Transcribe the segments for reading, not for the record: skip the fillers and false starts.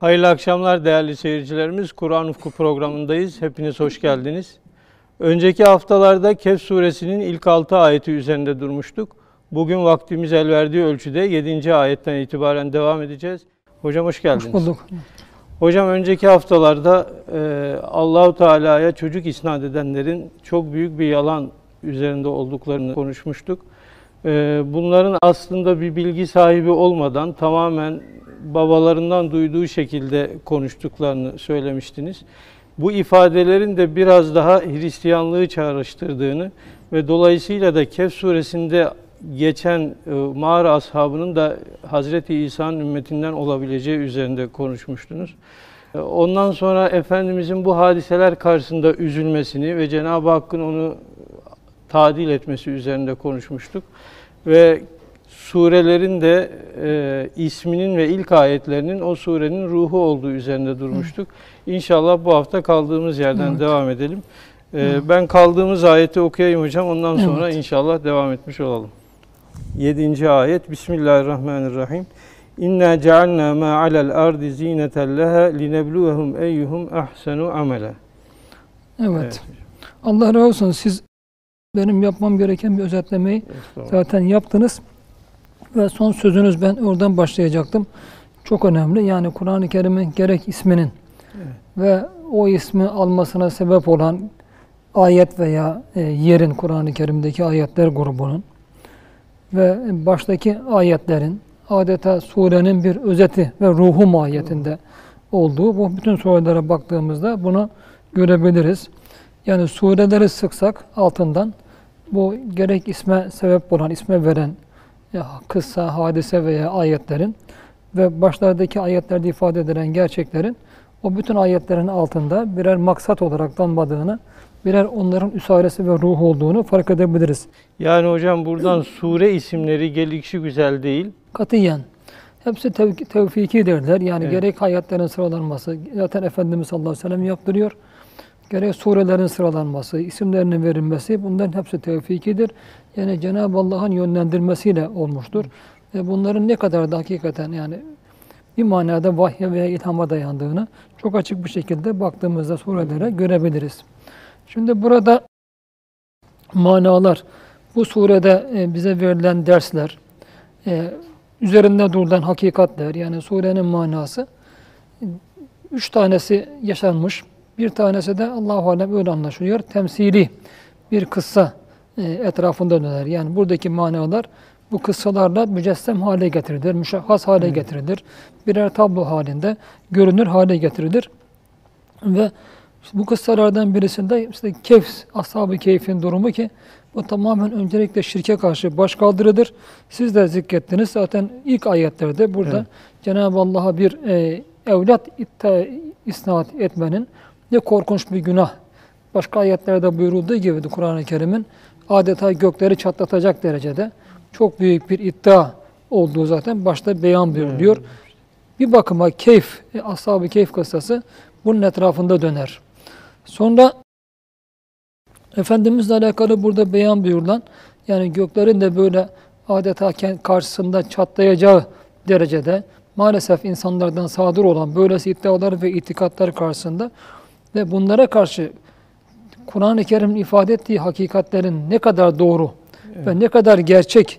Hayırlı akşamlar değerli seyircilerimiz. Kur'an Ufku programındayız. Hepiniz hoş geldiniz. Önceki haftalarda Kehf suresinin ilk 6 ayeti üzerinde durmuştuk. Bugün vaktimiz el verdiği ölçüde 7. ayetten itibaren devam edeceğiz. Hocam hoş geldiniz. Hoş bulduk. Hocam önceki haftalarda Allahu Teala'ya çocuk isnat edenlerin çok büyük bir yalan üzerinde olduklarını konuşmuştuk. Bunların aslında bir bilgi sahibi olmadan tamamen babalarından duyduğu şekilde konuştuklarını söylemiştiniz. Bu ifadelerin de biraz daha Hristiyanlığı çağrıştırdığını ve dolayısıyla da Kehf suresinde geçen mağara ashabının da Hazreti İsa'nın ümmetinden olabileceği üzerinde konuşmuştunuz. Ondan sonra Efendimizin bu hadiseler karşısında üzülmesini ve Cenab-ı Hakk'ın onu tadil etmesi üzerinde konuşmuştuk. Ve surelerin de isminin ve ilk ayetlerinin o surenin ruhu olduğu üzerinde durmuştuk. İnşallah bu hafta kaldığımız yerden devam edelim. Ben kaldığımız ayeti okuyayım hocam. Ondan sonra inşallah devam etmiş olalım. 7. ayet. Bismillahirrahmanirrahim. İnna cealna ma alel ardi zineten leha linebluhum eyyuhum ahsenu amela. Evet. Allah razı olsun. Siz benim yapmam gereken bir özetlemeyi zaten yaptınız. Ve son sözünüz, ben oradan başlayacaktım. Çok önemli. Yani Kur'an-ı Kerim'in gerek isminin ve o ismi almasına sebep olan ayet veya yerin, Kur'an-ı Kerim'deki ayetler grubunun ve baştaki ayetlerin adeta surenin bir özeti ve ruhu mahiyetinde olduğu, bu bütün surelere baktığımızda bunu görebiliriz. Yani sureleri sıksak altından bu gerek isme sebep olan, isme veren kıssa, hadise veya ayetlerin ve başlardaki ayetlerde ifade edilen gerçeklerin o bütün ayetlerin altında birer maksat olarak damladığını, birer onların üsaresi ve ruhu olduğunu fark edebiliriz. Yani hocam buradan sure isimleri gelişigüzel değil. Katiyen. Hepsi tevfiki derler. Yani gerek ayetlerin sıralanması, zaten Efendimiz sallallahu aleyhi ve sellem yaptırıyor. Gerek surelerin sıralanması, isimlerinin verilmesi, bunların hepsi tevfikidir. Yani Cenab-ı Allah'ın yönlendirmesiyle olmuştur. Ve bunların ne kadar da hakikaten yani bir manada vahye veya ilhama dayandığını çok açık bir şekilde baktığımızda surelere görebiliriz. Şimdi burada manalar, bu surede bize verilen dersler, üzerinde durulan hakikatler, yani surenin manası, 3 tanesi yaşanmış. Bir tanesi de Allah-u Alem öyle anlaşılıyor, temsili bir kıssa etrafında döner. Yani buradaki manalar bu kıssalarla mücessem hale getirilir, müşahhas hale getirilir. Birer tablo halinde görünür hale getirilir. Ve bu kıssalardan birisinde işte Kehf, Ashab-ı Kehf'in durumu ki bu tamamen öncelikle şirke karşı başkaldırıdır. Siz de zikrettiniz zaten ilk ayetlerde burada Cenab-ı Allah'a bir evlat isnat etmenin ne korkunç bir günah. Başka ayetlerde buyurulduğu gibi Kur'an-ı Kerim'in adeta gökleri çatlatacak derecede çok büyük bir iddia olduğu zaten başta beyan buyuruluyor. Bir bakıma Kehf, Ashab-ı Kehf kıssası bunun etrafında döner. Sonra Efendimizle alakalı burada beyan buyurulan, yani göklerin de böyle adeta karşısında çatlayacağı derecede maalesef insanlardan sadır olan böylesi iddialar ve itikatlar karşısında ve bunlara karşı Kur'an-ı Kerim'in ifade ettiği hakikatlerin ne kadar doğru ve ne kadar gerçek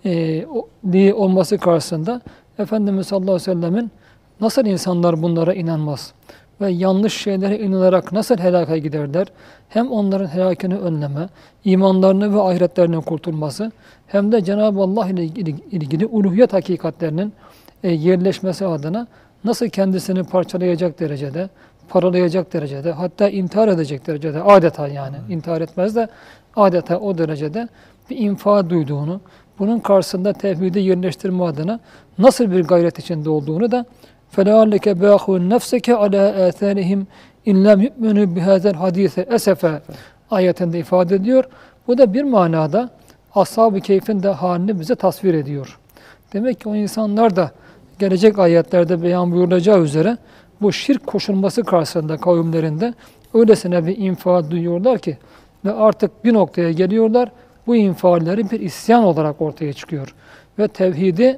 olması karşısında Efendimiz sallallahu aleyhi ve sellemin nasıl insanlar bunlara inanmaz ve yanlış şeylere inanarak nasıl helaka giderler, hem onların helakını önleme, imanlarını ve ahiretlerinin kurtulması, hem de Cenab-ı Allah ile ilgili uluhiyet hakikatlerinin yerleşmesi adına nasıl kendisini parçalayacak derecede, paralayacak derecede, hatta intihar edecek derecede, adeta yani intihar etmez de adeta o derecede bir infa duyduğunu, bunun karşısında tevhidi yerleştirme adına nasıl bir gayret içinde olduğunu da فَلَعَلَّكَ بَاخُوا نَفْسَكَ عَلَى آثَارِهِمْ اِنْ لَمْ يُؤْمِنُوا بِهَذَا الْحَد۪يثَ اَسَفًا ayetinde ifade ediyor. Bu da bir manada Ashab-ı Kehf'in de halini bize tasvir ediyor. Demek ki o insanlar da gelecek ayetlerde beyan buyurulacağı üzere bu şirk koşulması karşısında kavimlerinde öylesine bir infial duyuyorlar ki ve artık bir noktaya geliyorlar, bu infialleri bir isyan olarak ortaya çıkıyor. Ve tevhidi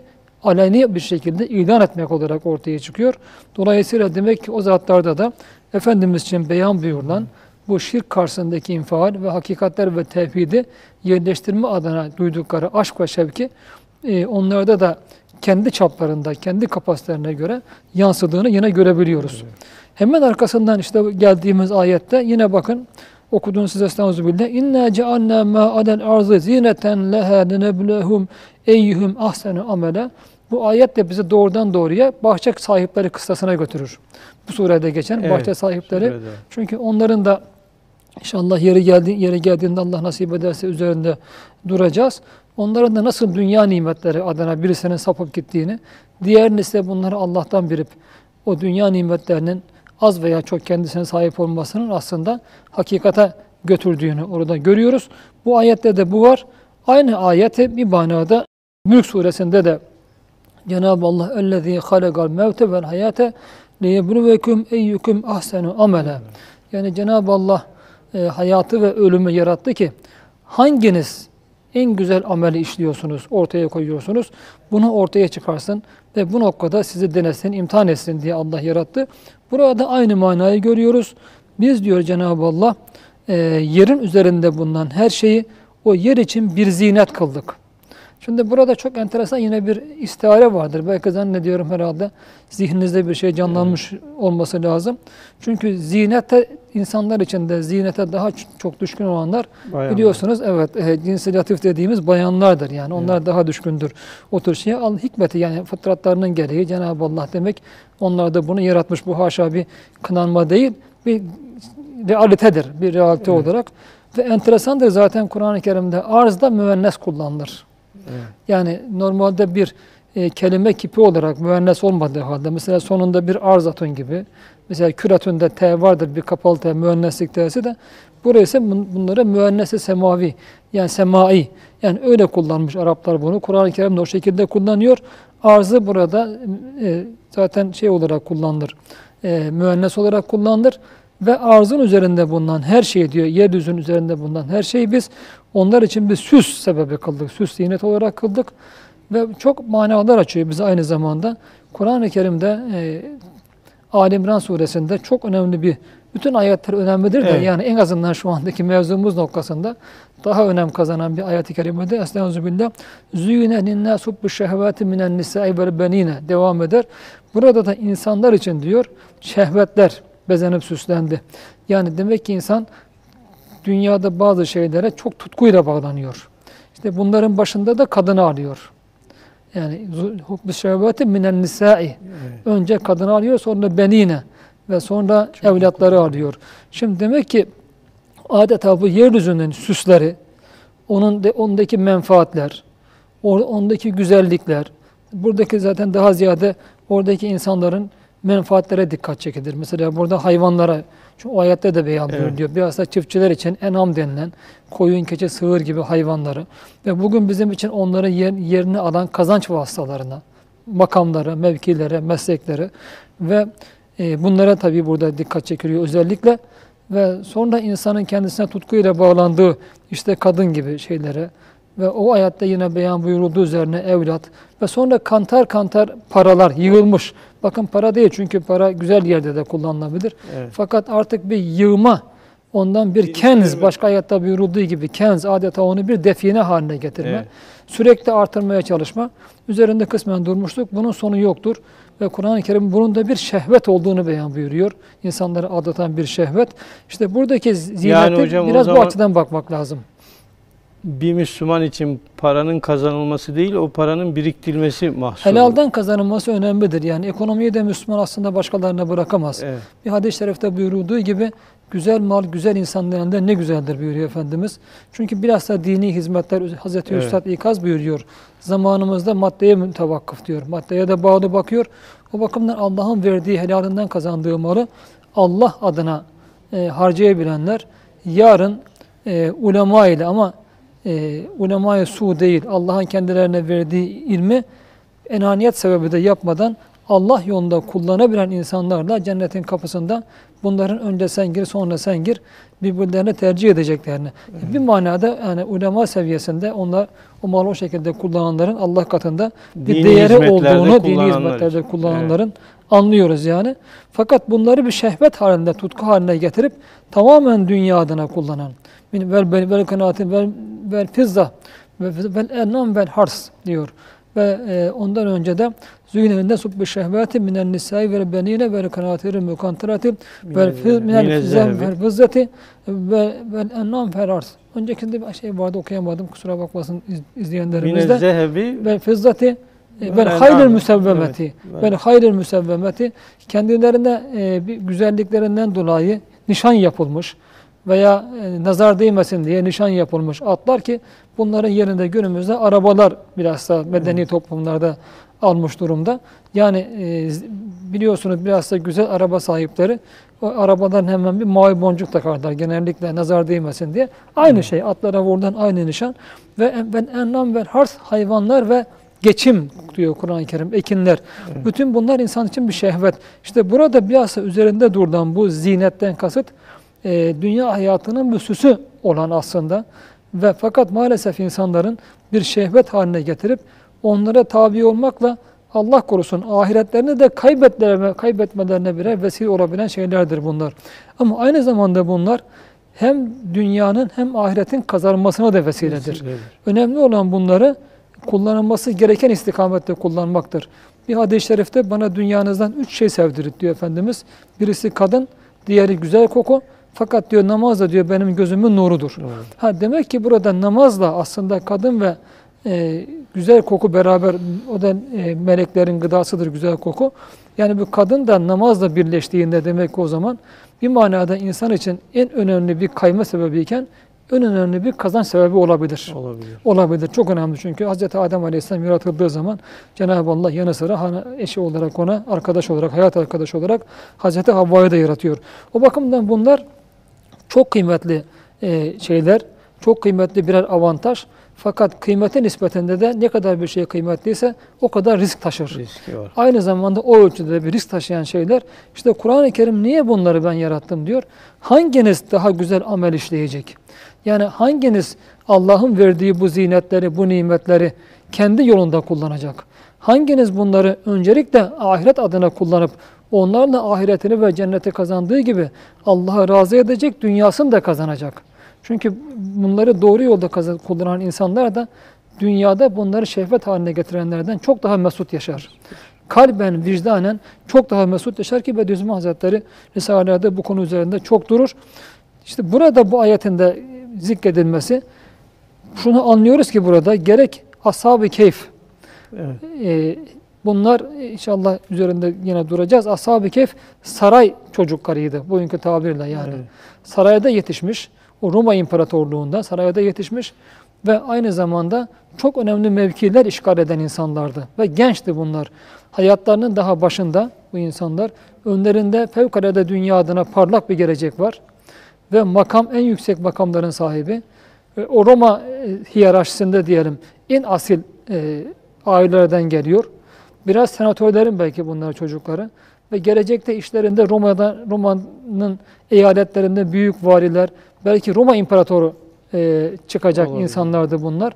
aleni bir şekilde ilan etmek olarak ortaya çıkıyor. Dolayısıyla demek ki o zatlarda da Efendimiz için beyan buyurulan bu şirk karşısındaki infial ve hakikatler ve tevhidi yerleştirme adına duydukları aşk ve şevki onlarda da kendi çaplarında, kendi kapasitelerine göre yansıdığını yine görebiliyoruz. Evet. Hemen arkasından işte geldiğimiz ayette yine bakın okuduğunuz size estağfirullah. İnna cealna ma alel ardı zineten leha leneblehum eyyuhum ahsenu amele. Bu ayet de bizi doğrudan doğruya bahçe sahipleri kıssasına götürür. Bu surede geçen bahçe sahipleri. Surede. Çünkü onların da İnşallah yeri geldiğinde Allah nasip ederse üzerinde duracağız. Onların da nasıl dünya nimetleri adına birisinin sapıp gittiğini, diğerinin ise bunları Allah'tan bilip o dünya nimetlerinin az veya çok kendisine sahip olmasının aslında hakikate götürdüğünü orada görüyoruz. Bu ayette de bu var. Aynı ayete bir manada Mülk suresinde de Cenab-ı Allah اَلَّذ۪ي خَلَقَ الْمَوْتَ وَالْحَيَاةَ لِيَبْلُوَكُمْ اَيُّكُمْ اَحْسَنُ amele. Yani Cenab-ı Allah hayatı ve ölümü yarattı ki hanginiz en güzel ameli işliyorsunuz, ortaya koyuyorsunuz, bunu ortaya çıkarsın ve bu noktada sizi denesin, imtihan etsin diye Allah yarattı. Burada aynı manayı görüyoruz. Biz diyor Cenab-ı Allah yerin üzerinde bulunan her şeyi o yer için bir zinet kıldık. Şimdi burada çok enteresan yine bir istihare vardır. Belki zannediyorum herhalde zihninizde bir şey canlanmış olması lazım. Çünkü zinete insanlar içinde zinete daha çok düşkün olanlar biliyorsunuz cinsi latif dediğimiz bayanlardır. Yani onlar daha düşkündür o tür şeye. Hikmeti yani fıtratlarının gereği Cenab-ı Allah demek onlar da bunu yaratmış. Bu haşa bir kınanma değil bir realitedir. Bir realite olarak. Ve enteresandır zaten Kur'an-ı Kerim'de arzda müennes kullanılır. Evet. Yani normalde bir kelime kipi olarak müennes olmadığı halde mesela sonunda bir arzatun gibi mesela küratünde T vardır bir kapalı T müenneslik T'si de buraya ise bunları müennesi semavi yani semai yani öyle kullanmış Araplar bunu. Kur'an-ı Kerim'de o şekilde kullanıyor. Arzı burada zaten şey olarak kullanılır. Müennes olarak kullanılır. Ve arzın üzerinde bulunan her şey diyor, yeryüzünün üzerinde bulunan her şeyi biz onlar için bir süs sebebi kıldık, süs zinet olarak kıldık. Ve çok manalar açıyor bize aynı zamanda. Kur'an-ı Kerim'de Ali İmran suresinde çok önemli bir, bütün ayetler önemlidir de yani en azından şu andaki mevzumuz noktasında daha önem kazanan bir ayet-i kerimede Estağfirullah. Züyne linnâs hubbu şehvâti minen nisâi vel benîne devam eder. Burada da insanlar için diyor şehvetler bezenip süslendi. Yani demek ki insan dünyada bazı şeylere çok tutkuyla bağlanıyor. İşte bunların başında da kadını arıyor. Yani hubbu şehvâti minen nisâi. Önce kadını arıyor, sonra benîne ve sonra çok evlatları arıyor. Şimdi demek ki adeta bu yeryüzünün süsleri, ondaki menfaatler, ondaki güzellikler, buradaki zaten daha ziyade oradaki insanların menfaatlere dikkat çekilir. Mesela burada hayvanlara, çünkü o ayette de beyan buyuruyor. Biraz da çiftçiler için enam denilen koyun, keçi, sığır gibi hayvanları ve bugün bizim için onların yerini alan kazanç vasıtalarına, makamlara, mevkilere, mesleklere ve bunlara tabii burada dikkat çekiliyor özellikle ve sonra insanın kendisine tutkuyla bağlandığı işte kadın gibi şeylere ve o ayette yine beyan buyurulduğu üzerine evlat ve sonra kantar kantar paralar yığılmış. Bakın para değil çünkü para güzel yerde de kullanılabilir. Evet. Fakat artık bir yığma, ondan bir kenz, başka ayette buyurulduğu gibi kenz adeta onu bir define haline getirme. Evet. Sürekli artırmaya çalışma. Üzerinde kısmen durmuştuk. Bunun sonu yoktur. Ve Kur'an-ı Kerim bunun da bir şehvet olduğunu beyan buyuruyor. İnsanları aldatan bir şehvet. İşte buradaki zinete yani biraz bu açıdan bakmak lazım. Bir Müslüman için paranın kazanılması değil, o paranın biriktirilmesi mahsuru. Helalden kazanılması önemlidir. Yani ekonomiyi de Müslüman aslında başkalarına bırakamaz. Evet. Bir hadis-i şerifte buyurulduğu gibi güzel mal, güzel insanların elinde ne güzeldir buyuruyor Efendimiz. Çünkü bilhassa dini hizmetler Hazreti Üstad İkaz buyuruyor. Zamanımızda maddeye mütevakkıf diyor. Maddeye de bağlı bakıyor. O bakımdan Allah'ın verdiği helalinden kazandığı malı Allah adına harcayabilenler yarın ulema ile ama ulema-i su değil, Allah'ın kendilerine verdiği ilmi enaniyet sebebi de yapmadan Allah yolunda kullanabilen insanlarla cennetin kapısında bunların önce sen gir sonra sen gir birbirlerine tercih edeceklerini. Bir manada yani ulema seviyesinde onlar o malı o şekilde kullananların Allah katında bir Dini değeri hizmetlerde olduğunu dini kullananlar hizmetlerde için. kullananların anlıyoruz yani. Fakat bunları bir şehvet halinde, tutku haline getirip tamamen dünya adına kullanan. Vel kanaatin vel fizza vel enam vel hars diyor. Ve ondan önce de züynelinde subbi şehvati minen nisai vel benine vel kanatiri mukantarati minel fizem vel fızzati vel enam vel hars. Öncekinde bir şey vardı okuyamadım kusura bakmasın izleyenlerimiz de. Minel zehebi Vel fızzati vel enam. hayril müsevvemeti. Evet. Vel hayril müsevvemeti. Kendilerine bir güzelliklerinden dolayı nişan yapılmış veya nazar değmesin diye nişan yapılmış atlar ki bunların yerinde günümüzde arabalar bilhassa medeni toplumlarda almış durumda. Yani biliyorsunuz bilhassa güzel araba sahipleri o arabadan hemen bir mavi boncuk takarlar genellikle nazar değmesin diye. Aynı şey atlara vurulan aynı nişan ve ennam ve hars hayvanlar ve geçim diyor Kur'an-ı Kerim, ekinler. Evet. Bütün bunlar insan için bir şehvet. İşte burada bilhassa üzerinde durulan bu zinetten kasıt dünya hayatının bir süsü olan aslında ve fakat maalesef insanların bir şehvet haline getirip onlara tabi olmakla Allah korusun ahiretlerini de kaybetmelerine birer vesile olabilen şeylerdir bunlar. Ama aynı zamanda bunlar hem dünyanın hem ahiretin kazanılmasına da vesiledir. Önemli olan bunları kullanılması gereken istikamette kullanmaktır. Bir hadis-i şerifte bana dünyanızdan 3 şey sevdirir diyor Efendimiz. Birisi kadın, diğeri güzel koku. Fakat diyor namaz da diyor benim gözümün nurudur. Evet. Demek ki burada namazla aslında kadın ve güzel koku beraber o da meleklerin gıdasıdır güzel koku. Yani bu kadın da namazla birleştiğinde demek ki o zaman bir manada insan için en önemli bir kayma sebebiyken en önemli bir kazanç sebebi olabilir. Olabilir. Çok önemli çünkü Hz. Adem Aleyhisselam yaratıldığı zaman Cenab-ı Allah yanı sıra eşi olarak ona arkadaş olarak, hayat arkadaşı olarak Hz. Havva'yı da yaratıyor. O bakımdan bunlar çok kıymetli şeyler, çok kıymetli birer avantaj. Fakat kıymete nispetinde de ne kadar bir şey kıymetliyse o kadar risk taşır. Riski var. Aynı zamanda o ölçüde bir risk taşıyan şeyler. İşte Kur'an-ı Kerim niye bunları ben yarattım diyor. Hanginiz daha güzel amel işleyecek? Yani hanginiz Allah'ın verdiği bu zinetleri, bu nimetleri kendi yolunda kullanacak? Hanginiz bunları öncelikle ahiret adına kullanıp onlarla ahiretini ve cenneti kazandığı gibi Allah'ı razı edecek, dünyasını da kazanacak? Çünkü bunları doğru yolda kullanan insanlar da dünyada bunları şehvet haline getirenlerden çok daha mesut yaşar. Kalben, vicdanen çok daha mesut yaşar ki Bediüzzaman Hazretleri Risale'de bu konu üzerinde çok durur. İşte burada bu ayetin de zikredilmesi, şunu anlıyoruz ki burada gerek ashab-ı keyf, evet. Bunlar inşallah üzerinde yine duracağız. Ashab-ı keyf saray çocuklarıydı bugünkü tabirle yani. Evet. Sarayda yetişmiş, o Roma İmparatorluğu'nda sarayda yetişmiş ve aynı zamanda çok önemli mevkiler işgal eden insanlardı. Ve gençti bunlar. Hayatlarının daha başında bu insanlar. Önlerinde fevkalade dünya adına parlak bir gelecek var. Ve makam en yüksek makamların sahibi. O Roma hiyerarşisinde diyelim en asil ailelerden geliyor. Biraz senatörlerin belki bunlar çocukları. Ve gelecekte işlerinde Roma'nın eyaletlerinde büyük valiler, belki Roma İmparatoru çıkacak olabilir. İnsanlardı bunlar.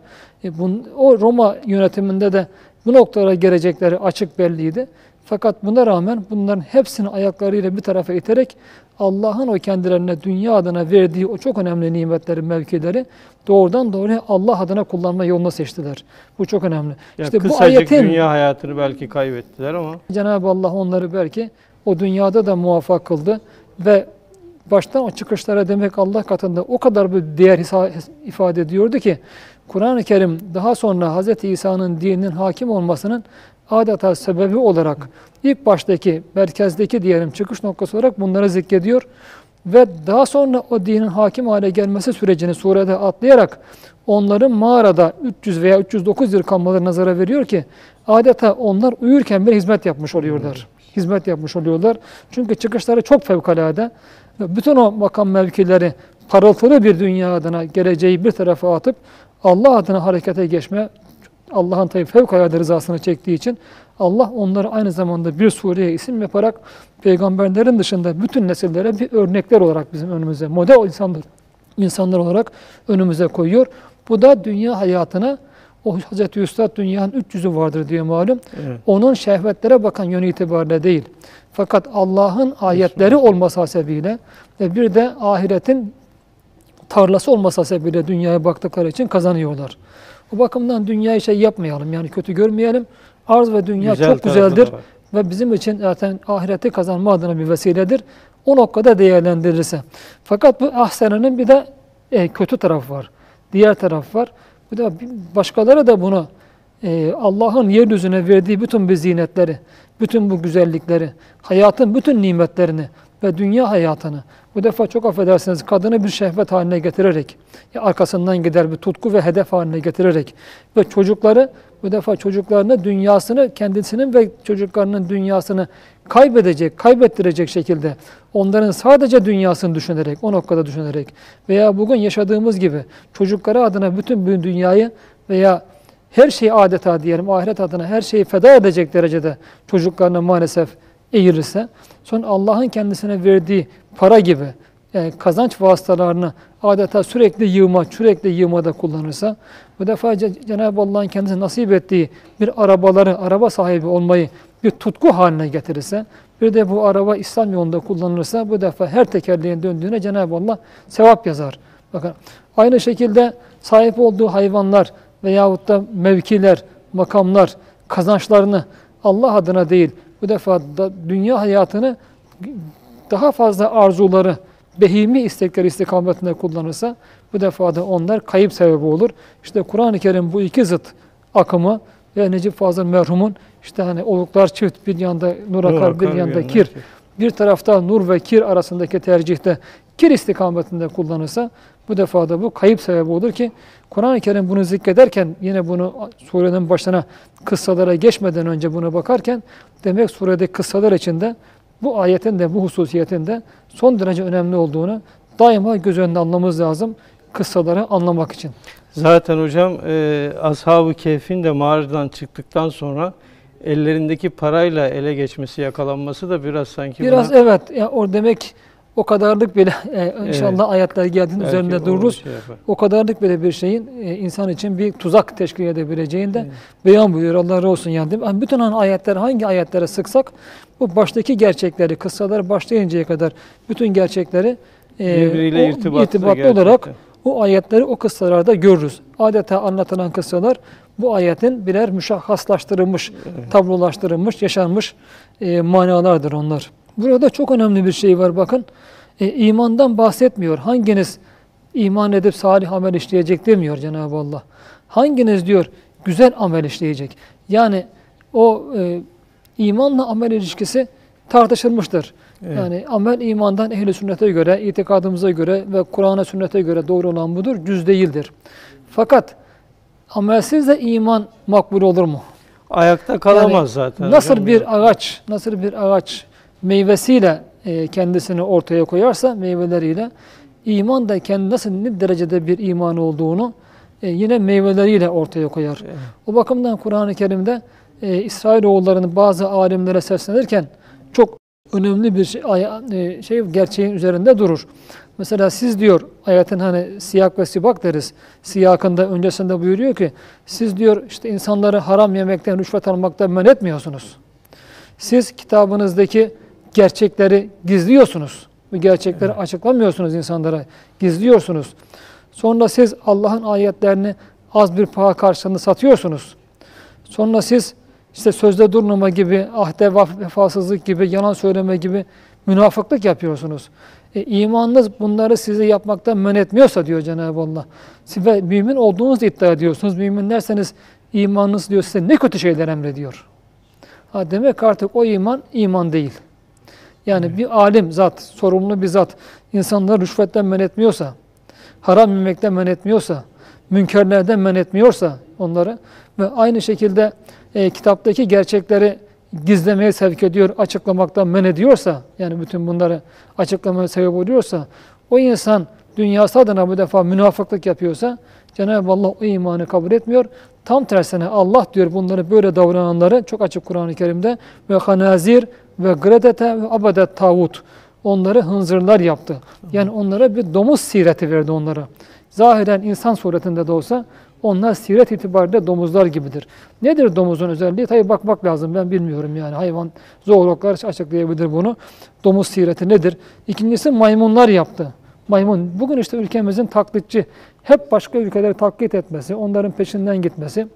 O Roma yönetiminde de bu noktalara gelecekleri açık belliydi. Fakat buna rağmen bunların hepsini ayaklarıyla bir tarafa iterek Allah'ın o kendilerine dünya adına verdiği o çok önemli nimetleri, mevkileri doğrudan doğruya Allah adına kullanma yolunu seçtiler. Bu çok önemli. Ya işte kısacık bu ayetin, dünya hayatını belki kaybettiler ama Cenab-ı Allah onları belki o dünyada da muvaffak kıldı ve baştan o çıkışlara demek Allah katında o kadar bir değer ifade ediyordu ki Kur'an-ı Kerim daha sonra Hz. İsa'nın dininin hakim olmasının adeta sebebi olarak ilk baştaki, merkezdeki diyelim çıkış noktası olarak bunları zikrediyor ve daha sonra o dinin hakim hale gelmesi sürecini surede atlayarak onların mağarada 300 veya 309 yıl kalmaları nazara veriyor ki adeta onlar uyurken bir hizmet yapmış oluyorlar. Hizmet yapmış oluyorlar. Çünkü çıkışları çok fevkalade. Bütün o makam mevkileri parıltılı bir dünya adına geleceği bir tarafa atıp Allah adına harekete geçme Allah'ın tabi fevkalade rızasını çektiği için Allah onları aynı zamanda bir sureye isim yaparak peygamberlerin dışında bütün nesillere bir örnekler olarak bizim önümüze, model insanlar olarak önümüze koyuyor. Bu da dünya hayatına, o Hazreti Üstad dünyanın 300'ü vardır diye malum. Evet. Onun şehvetlere bakan yönü itibariyle değil. Fakat Allah'ın ayetleri olması hasebiyle ve bir de ahiretin tarlası olması hasebiyle dünyaya baktıkları için kazanıyorlar. O bakımdan dünyayı şey yapmayalım, yani kötü görmeyelim. Arz ve dünya çok güzeldir ve bizim için zaten ahireti kazanma adına bir vesiledir. O noktada değerlendirirse. Fakat bu ahseninin bir de kötü tarafı var. Diğer taraf var. Bu da başkaları da bunu Allah'ın yeryüzüne verdiği bütün bu zinetleri, bütün bu güzellikleri, hayatın bütün nimetlerini ve dünya hayatını bu defa çok affedersiniz kadını bir şehvet haline getirerek, arkasından gider bir tutku ve hedef haline getirerek ve çocukları bu defa çocuklarını dünyasını, kendisinin ve çocuklarının dünyasını kaybettirecek şekilde onların sadece dünyasını düşünerek, o noktada düşünerek veya bugün yaşadığımız gibi çocukları adına bütün bu dünyayı veya her şeyi adeta diyelim ahiret adına her şeyi feda edecek derecede çocuklarına maalesef eğirirse, sonra Allah'ın kendisine verdiği para gibi kazanç vasıtalarını adeta sürekli yığmada kullanırsa, bu defa Cenab-ı Allah'ın kendisine nasip ettiği bir araba sahibi olmayı bir tutku haline getirirse, bir de bu araba İslam yolunda kullanılırsa, bu defa her tekerleğin döndüğüne Cenab-ı Allah sevap yazar. Bakın, aynı şekilde sahip olduğu hayvanlar veyahut da mevkiler, makamlar, kazançlarını Allah adına değil, bu defa da dünya hayatını daha fazla arzuları, behimi istekleri istikametinde kullanırsa, bu defa da onlar kayıp sebebi olur. İşte Kur'an-ı Kerim bu iki zıt akımı ve Necip Fazıl merhumun işte hani oluklar çift, bir yanda nur akar, bir yanda kir. Bir tarafta nur ve kir arasındaki tercihte kir istikametinde kullanırsa, bu defa da bu kayıp sebebi olur ki Kur'an-ı Kerim bunu zikrederken, yine bunu surenin başına kıssalara geçmeden önce buna bakarken, demek surede kıssalar içinde bu ayetin de bu hususiyetin de son derece önemli olduğunu daima göz önünde almamız lazım kıssaları anlamak için. Zaten hocam Ashab-ı Kehf'in de mağaradan çıktıktan sonra ellerindeki parayla ele geçmesi, yakalanması da biraz sanki evet. Yani o demek o kadarlık bile inşallah ayetler geldiğinde üzerinde dururuz. O kadarlık bile bir şeyin insan için bir tuzak teşkil edebileceğini de beyan buyuruyor. Allah razı olsun yani. Yani bütün ayetler, hangi ayetlere sıksak bu baştaki gerçekleri, kıssalar başlayıncaya kadar bütün gerçekleri birbiriyle irtibatlı olarak o ayetleri o kıssalarda görürüz. Adeta anlatılan kıssalar bu ayetin birer müşahhaslaştırılmış, tablolaştırılmış, yaşanmış manalardır onlar. Burada çok önemli bir şey var bakın. İmandan bahsetmiyor. Hanginiz iman edip salih amel işleyecek demiyor Cenab-ı Allah. Hanginiz diyor güzel amel işleyecek. Yani o imanla amel ilişkisi tartışılmıştır. Evet. Yani amel imandan ehl-i sünnete göre, itikadımıza göre ve Kur'an'a sünnete göre doğru olan budur, düz değildir. Fakat amelsiz de iman makbul olur mu? Ayakta kalamaz yani zaten. Nasıl bir ağaç meyvesiyle kendisini ortaya koyarsa, meyveleriyle, iman da kendi nasıl ne derecede bir iman olduğunu yine meyveleriyle ortaya koyar. Evet. O bakımdan Kur'an-ı Kerim'de İsrailoğullarının bazı alimlere seslenirken çok önemli bir şey gerçeğin üzerinde durur. Mesela siz diyor, ayetin hani siyak ve sibak deriz. Siyakında öncesinde buyuruyor ki, siz diyor işte insanları haram yemekten, rüşvet almaktan men etmiyorsunuz. Siz kitabınızdaki gerçekleri gizliyorsunuz. Bu gerçekleri açıklamıyorsunuz insanlara, gizliyorsunuz. Sonra siz Allah'ın ayetlerini az bir paha karşılığında satıyorsunuz. Sonra siz işte sözde durmama gibi, ahde vefasızlık gibi, yalan söyleme gibi münafıklık yapıyorsunuz. İmanınız bunları sizi yapmaktan men etmiyorsa diyor Cenab-ı Allah. Siz ve mümin olduğunuzu iddia ediyorsunuz. Mümin derseniz imanınız diyor size ne kötü şeyler emrediyor. Demek artık o iman değil. Yani bir alim zat, sorumlu bir zat insanları rüşvetten men etmiyorsa, haram yemekten men etmiyorsa, münkerlerden men etmiyorsa onları ve aynı şekilde kitaptaki gerçekleri gizlemeye sevk ediyor, açıklamaktan men ediyorsa, yani bütün bunları açıklamaya sebep oluyorsa, o insan dünyası adına bu defa münafıklık yapıyorsa Cenab-ı Allah o imanı kabul etmiyor. Tam tersine Allah diyor bunları böyle davrananları çok açık Kur'an-ı Kerim'de ve hanazir ve gredete ve abadet tağut. Onları hınzırlar yaptı. Yani onlara bir domuz sireti verdi onlara. Zahiren insan suretinde de olsa onlar siret itibariyle domuzlar gibidir. Nedir domuzun özelliği? Tabi bakmak lazım, ben bilmiyorum yani. Hayvan zoologlar açıklayabilir bunu. Domuz sireti nedir? İkincisi maymunlar yaptı. Maymun, bugün işte ülkemizin taklitçi, hep başka ülkeleri taklit etmesi, onların peşinden gitmesi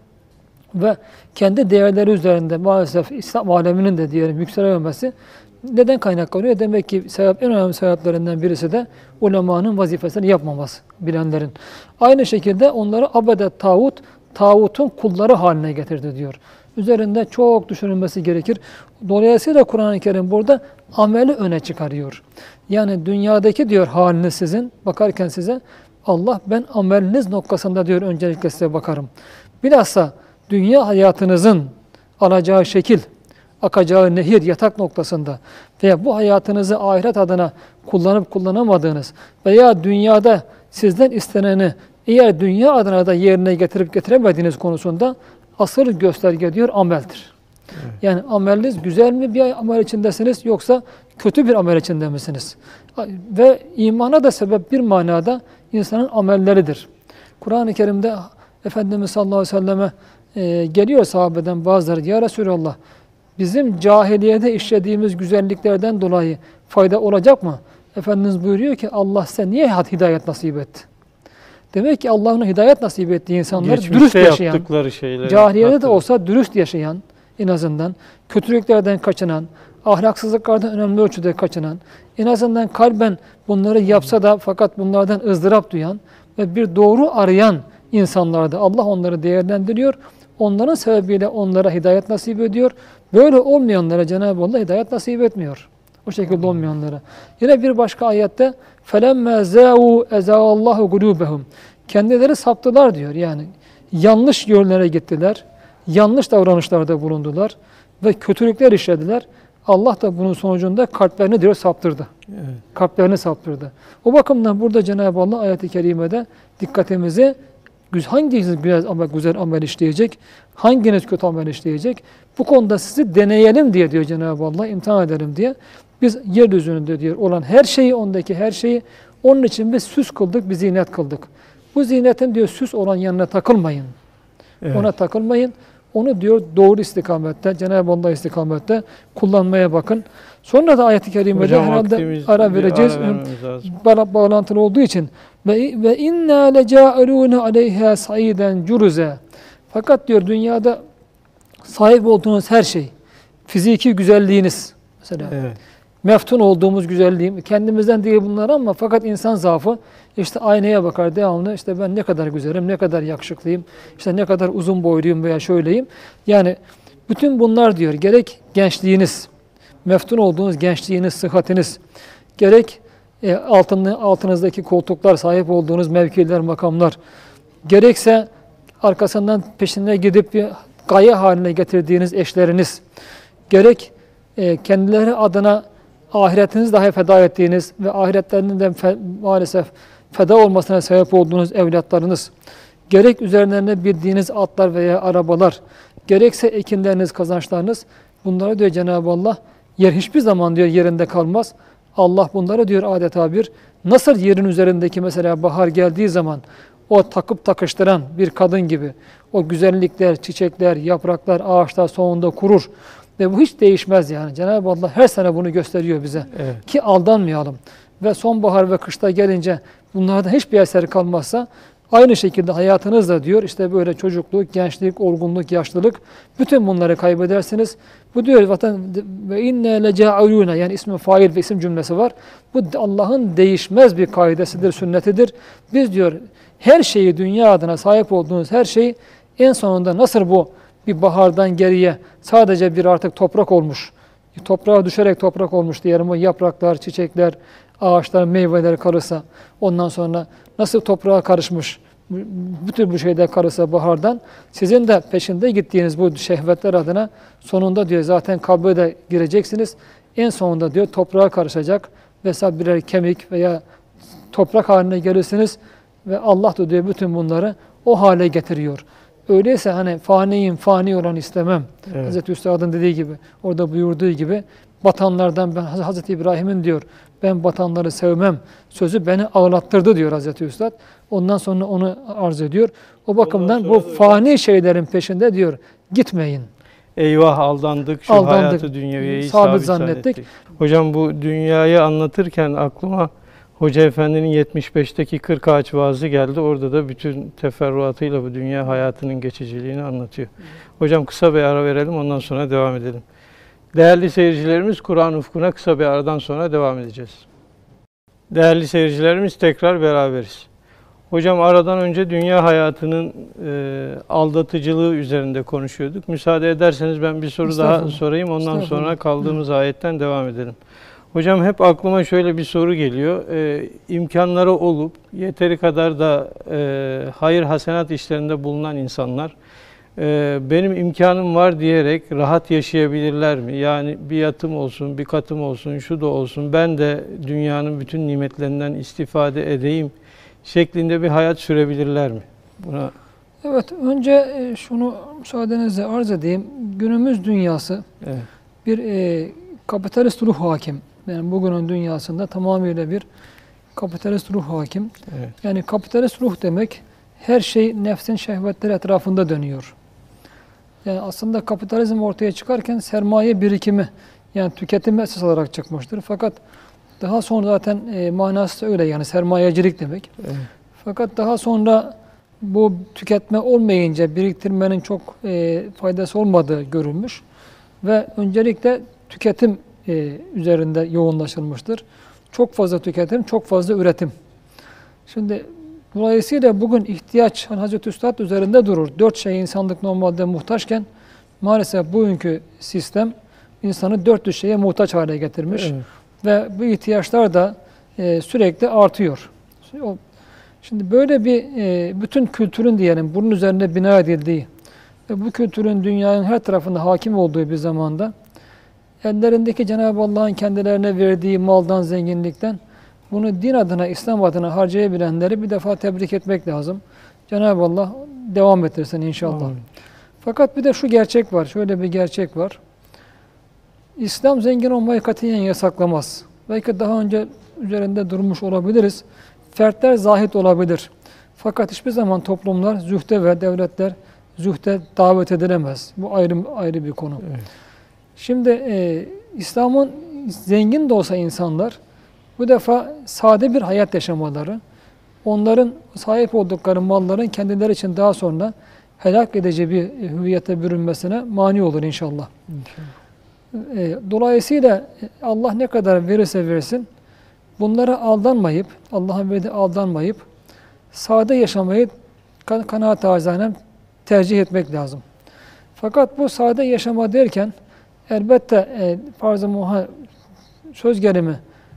ve kendi değerleri üzerinde maalesef İslam aleminin de diyelim yükselememesi neden kaynaklanıyor? Demek ki en önemli sebeplerinden birisi de ulemanın vazifesini yapmaması, bilenlerin. Aynı şekilde onları abedet tağut, tağutun kulları haline getirdi diyor. Üzerinde çok düşünülmesi gerekir. Dolayısıyla Kur'an-ı Kerim burada ameli öne çıkarıyor. Yani dünyadaki diyor haliniz sizin, bakarken size Allah ben ameliniz noktasında diyor öncelikle size bakarım. Bilhassa dünya hayatınızın alacağı şekil, akacağı nehir, yatak noktasında veya bu hayatınızı ahiret adına kullanıp kullanamadığınız veya dünyada sizden isteneni eğer dünya adına da yerine getirip getiremediğiniz konusunda asıl gösterge diyor ameldir. Evet. Yani ameliniz güzel mi bir amel içindesiniz yoksa kötü bir amel içinde misiniz? Ve imana da sebep bir manada insanın amelleridir. Kur'an-ı Kerim'de Efendimiz sallallahu aleyhi ve selleme geliyor sahabeden bazıları, ya Resulallah bizim cahiliyede işlediğimiz güzelliklerden dolayı fayda olacak mı? Efendimiz buyuruyor ki Allah size niye hidayet nasip etti? Demek ki Allah'ın hidayet nasip ettiği insanlar dürüst yaşayan, cahiliyede de olsa dürüst yaşayan, en azından kötülüklerden kaçınan, ahlaksızlıklardan önemli ölçüde kaçınan, en azından kalben bunları yapsa da fakat bunlardan ızdırap duyan ve bir doğru arayan insanlarda Allah onları değerlendiriyor. Onların sebebiyle onlara hidayet nasip ediyor. Böyle olmayanlara Cenab-ı Allah hidayet nasip etmiyor. O şekilde olmayanlara. Yine bir başka ayette فَلَمَّا زَاءُوا اَزَاءَ اللّٰهُ قُلُوبَهُمْ Kendileri saptılar diyor. Yani yanlış yönlere gittiler. Yanlış davranışlarda bulundular. Ve kötülükler işlediler. Allah da bunun sonucunda kalplerini diyor saptırdı. Evet. Kalplerini saptırdı. O bakımdan burada Cenab-ı Allah ayet-i kerimede dikkatimizi hanginiz güzel amel işleyecek, hanginiz kötü amel işleyecek, bu konuda sizi deneyelim diye diyor Cenab-ı Allah, imtihan edelim diye. Biz yeryüzünde diyor olan her şeyi, ondaki her şeyi onun için biz süs kıldık, bir zinet kıldık. Bu zinetin diyor süs olan yanına takılmayın. Evet. Ona takılmayın. Onu diyor doğru istikamette, Cenab-ı Allah istikamette kullanmaya bakın. Sonra da ayet-i kerimede herhalde ara vereceğiz. Bağlantılı olduğu için ve inna leca'alun aleyha saiden curuze. Fakat diyor dünyada sahip olduğunuz her şey, fiziki güzelliğiniz mesela, evet, meftun olduğumuz güzelliğim, kendimizden değil bunlar ama fakat insan zaafı, işte aynaya bakar devamlı, işte ben ne kadar güzelim, ne kadar yakışıklıyım, işte ne kadar uzun boyluyum veya şöyleyim. Yani bütün bunlar diyor, gerek gençliğiniz, meftun olduğunuz gençliğiniz, sıhhatiniz, gerek altınızdaki koltuklar, sahip olduğunuz mevkiler, makamlar, gerekse arkasından peşine gidip bir gaye haline getirdiğiniz eşleriniz, gerek kendileri adına ahiretinizi dahi feda ettiğiniz ve ahiretlerinin de maalesef feda olmasına sebep olduğunuz evlatlarınız, gerek üzerlerine bindiğiniz atlar veya arabalar, gerekse ekinleriniz, kazançlarınız, bunlara diyor Cenab-ı Allah, hiçbir zaman diyor yerinde kalmaz. Allah bunları diyor adeta bir, nasıl yerin üzerindeki mesela bahar geldiği zaman o takıp takıştıran bir kadın gibi o güzellikler, çiçekler, yapraklar, ağaçlar sonunda kurur. Ve bu hiç değişmez yani. Cenab-ı Allah her sene bunu gösteriyor bize. Evet. Ki aldanmayalım. Ve sonbahar ve kışta gelince bunlarda hiçbir eser kalmazsa aynı şekilde hayatınızda diyor işte böyle çocukluk, gençlik, olgunluk, yaşlılık bütün bunları kaybedersiniz. Bu diyor ve inne leca'aluna yani ismi fail ve isim cümlesi var. Bu Allah'ın değişmez bir kaidesidir, sünnetidir. Biz diyor her şeyi dünya adına sahip olduğunuz her şeyi en sonunda nasıl bu bir bahardan geriye sadece bir artık toprak olmuş, toprağa düşerek toprak olmuş diyelim o yapraklar, çiçekler, ağaçlar, meyveler karısa, ondan sonra nasıl toprağa karışmış, bütün bu şeyler karısa bahardan, sizin de peşinde gittiğiniz bu şehvetler adına sonunda diyor zaten kabre de gireceksiniz, en sonunda diyor toprağa karışacak vesaire birer kemik veya toprak haline gelirsiniz ve Allah da diyor bütün bunları o hale getiriyor. Öyleyse hani faniyim, fani olan istemem. Evet. Hazreti Üstad'ın dediği gibi, orada buyurduğu gibi batanlardan ben Hazreti İbrahim'in diyor ben batanları sevmem sözü beni ağlattırdı diyor Hazreti Üstad. Ondan sonra onu arz ediyor. O bakımdan bu fani şeylerin peşinde diyor gitmeyin. Eyvah aldandık, şu Aldandık, hayatı dünyeviyeyi sabit sabit zannettik. zannettik. Hocam bu dünyayı anlatırken aklıma Hoca Efendi'nin 75'teki 40 ağaç vaazı geldi. Orada da bütün teferruatıyla bu dünya hayatının geçiciliğini anlatıyor. Hocam kısa bir ara verelim, ondan sonra devam edelim. Değerli seyircilerimiz, Kur'an ufkuna kısa bir aradan sonra devam edeceğiz. Değerli seyircilerimiz, tekrar beraberiz. Hocam aradan önce dünya hayatının aldatıcılığı üzerinde konuşuyorduk. Müsaade ederseniz ben bir soru daha sorayım. Ondan sonra kaldığımız ayetten devam edelim. Hocam hep aklıma şöyle bir soru geliyor. İmkanları olup yeteri kadar da hayır hasenat işlerinde bulunan insanlar benim imkanım var diyerek rahat yaşayabilirler mi? Yani bir yatım olsun, bir katım olsun, şu da olsun, ben de dünyanın bütün nimetlerinden istifade edeyim şeklinde bir hayat sürebilirler mi? Buna... Evet, önce şunu müsaadenizle arz edeyim. Günümüz dünyası bir kapitalist ruh hakim. Yani bugünün dünyasında tamamıyla bir kapitalist ruh hakim. Evet. Yani kapitalist ruh demek her şey nefsin şehvetleri etrafında dönüyor. Yani aslında kapitalizm ortaya çıkarken sermaye birikimi yani tüketimi esas olarak çıkmıştır. Fakat daha sonra zaten manası öyle yani sermayecilik demek. Evet. Fakat daha sonra bu tüketme olmayınca biriktirmenin çok faydası olmadığı görülmüş ve öncelikle tüketim üzerinde yoğunlaşılmıştır. Çok fazla tüketim, çok fazla üretim. Şimdi dolayısıyla bugün ihtiyaç hani Hazreti Üstad üzerinde durur. 4 şeye insanlık normalde muhtaçken maalesef bugünkü sistem insanı 400 şeye muhtaç hale getirmiş. Evet. Ve bu ihtiyaçlar da sürekli artıyor. Şimdi böyle bir bütün kültürün diyelim bunun üzerine bina edildiği ve bu kültürün dünyanın her tarafında hakim olduğu bir zamanda ellerindeki Cenab-ı Allah'ın kendilerine verdiği maldan, zenginlikten bunu din adına, İslam adına harcayabilenleri bir defa tebrik etmek lazım. Cenab-ı Allah devam ettirsin inşallah. Amin. Fakat bir de şu gerçek var, şöyle bir gerçek var. İslam zengin olmayı katiyen yasaklamaz. Belki daha önce üzerinde durmuş olabiliriz. Fertler zahit olabilir. Fakat hiçbir zaman toplumlar zühde ve devletler zühde davet edilemez. Bu ayrı bir konu. Evet. Şimdi İslam'ın zengin de olsa insanlar bu defa sade bir hayat yaşamaları, onların sahip oldukları malların kendileri için daha sonra helak edici bir hüviyete bürünmesine mani olur inşallah. Dolayısıyla Allah ne kadar verirse versin, bunlara aldanmayıp, Allah'ın verdiği aldanmayıp, sade yaşamayı kanaat acizane tercih etmek lazım. Fakat bu sade yaşama derken, elbette farz-ı muhal söz gelimi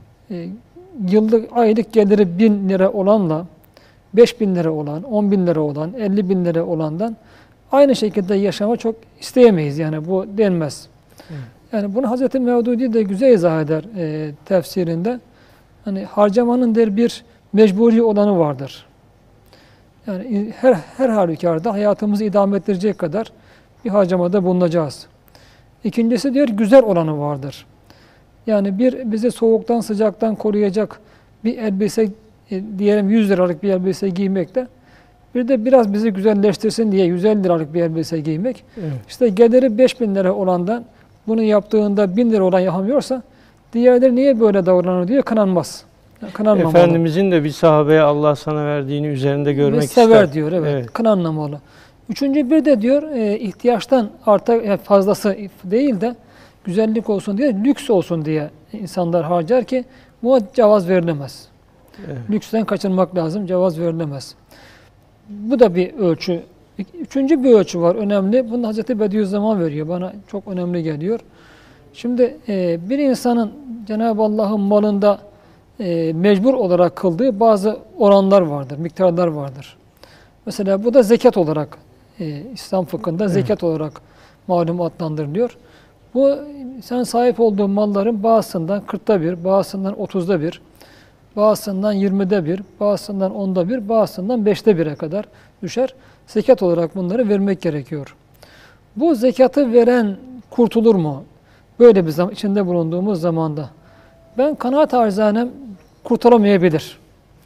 yıllık aylık geliri 1000 lira olanla 5000 lira olan, 10.000 lira olan, 50.000 lira olandan aynı şekilde yaşama çok isteyemeyiz. Yani bu denmez. Yani bunu Hazreti Mevdudi de güzel izah eder tefsirinde. Hani harcamanın der bir mecburi olanı vardır. Yani her halükarda hayatımızı idame ettirecek kadar bir harcamada bulunacağız. İkincisi diyor güzel olanı vardır. Yani bir bizi soğuktan sıcaktan koruyacak bir elbise diyelim 100 liralık bir elbise giymekle bir de biraz bizi güzelleştirsin diye 150 liralık bir elbise giymek. Evet. İşte geliri 5000 lira olandan bunu yaptığında 1000 lira olan yapamıyorsa diğerleri niye böyle davranır diye kınanmaz. Yani Efendimizin de bir sahabeye Allah sana verdiğini üzerinde görmek ister. Sever diyor evet. Kınanmamalı. Üçüncü bir de diyor ihtiyaçtan fazlası değil de güzellik olsun diye, lüks olsun diye insanlar harcar ki buna cevaz verilemez. Evet. Lüksten kaçınmak lazım, cevaz verilemez. Bu da bir ölçü. Üçüncü bir ölçü var önemli. Bunu Hazreti Bediüzzaman veriyor. Bana çok önemli geliyor. Şimdi bir insanın Cenab-ı Allah'ın malında mecbur olarak kıldığı bazı oranlar vardır, miktarlar vardır. Mesela bu da zekat olarak İslam fıkhında zekat olarak malum adlandırılıyor. Bu sen sahip olduğun malların bazısından 40'ta bir, bazısından 30'da bir, bazısından 20'de 1, bazısından 10'da 1, bazısından 5'te 1'e kadar düşer. Zekat olarak bunları vermek gerekiyor. Bu zekatı veren kurtulur mu? Böyle bir zaman, içinde bulunduğumuz zamanda. Ben kanaat arzanem kurtaramayabilir.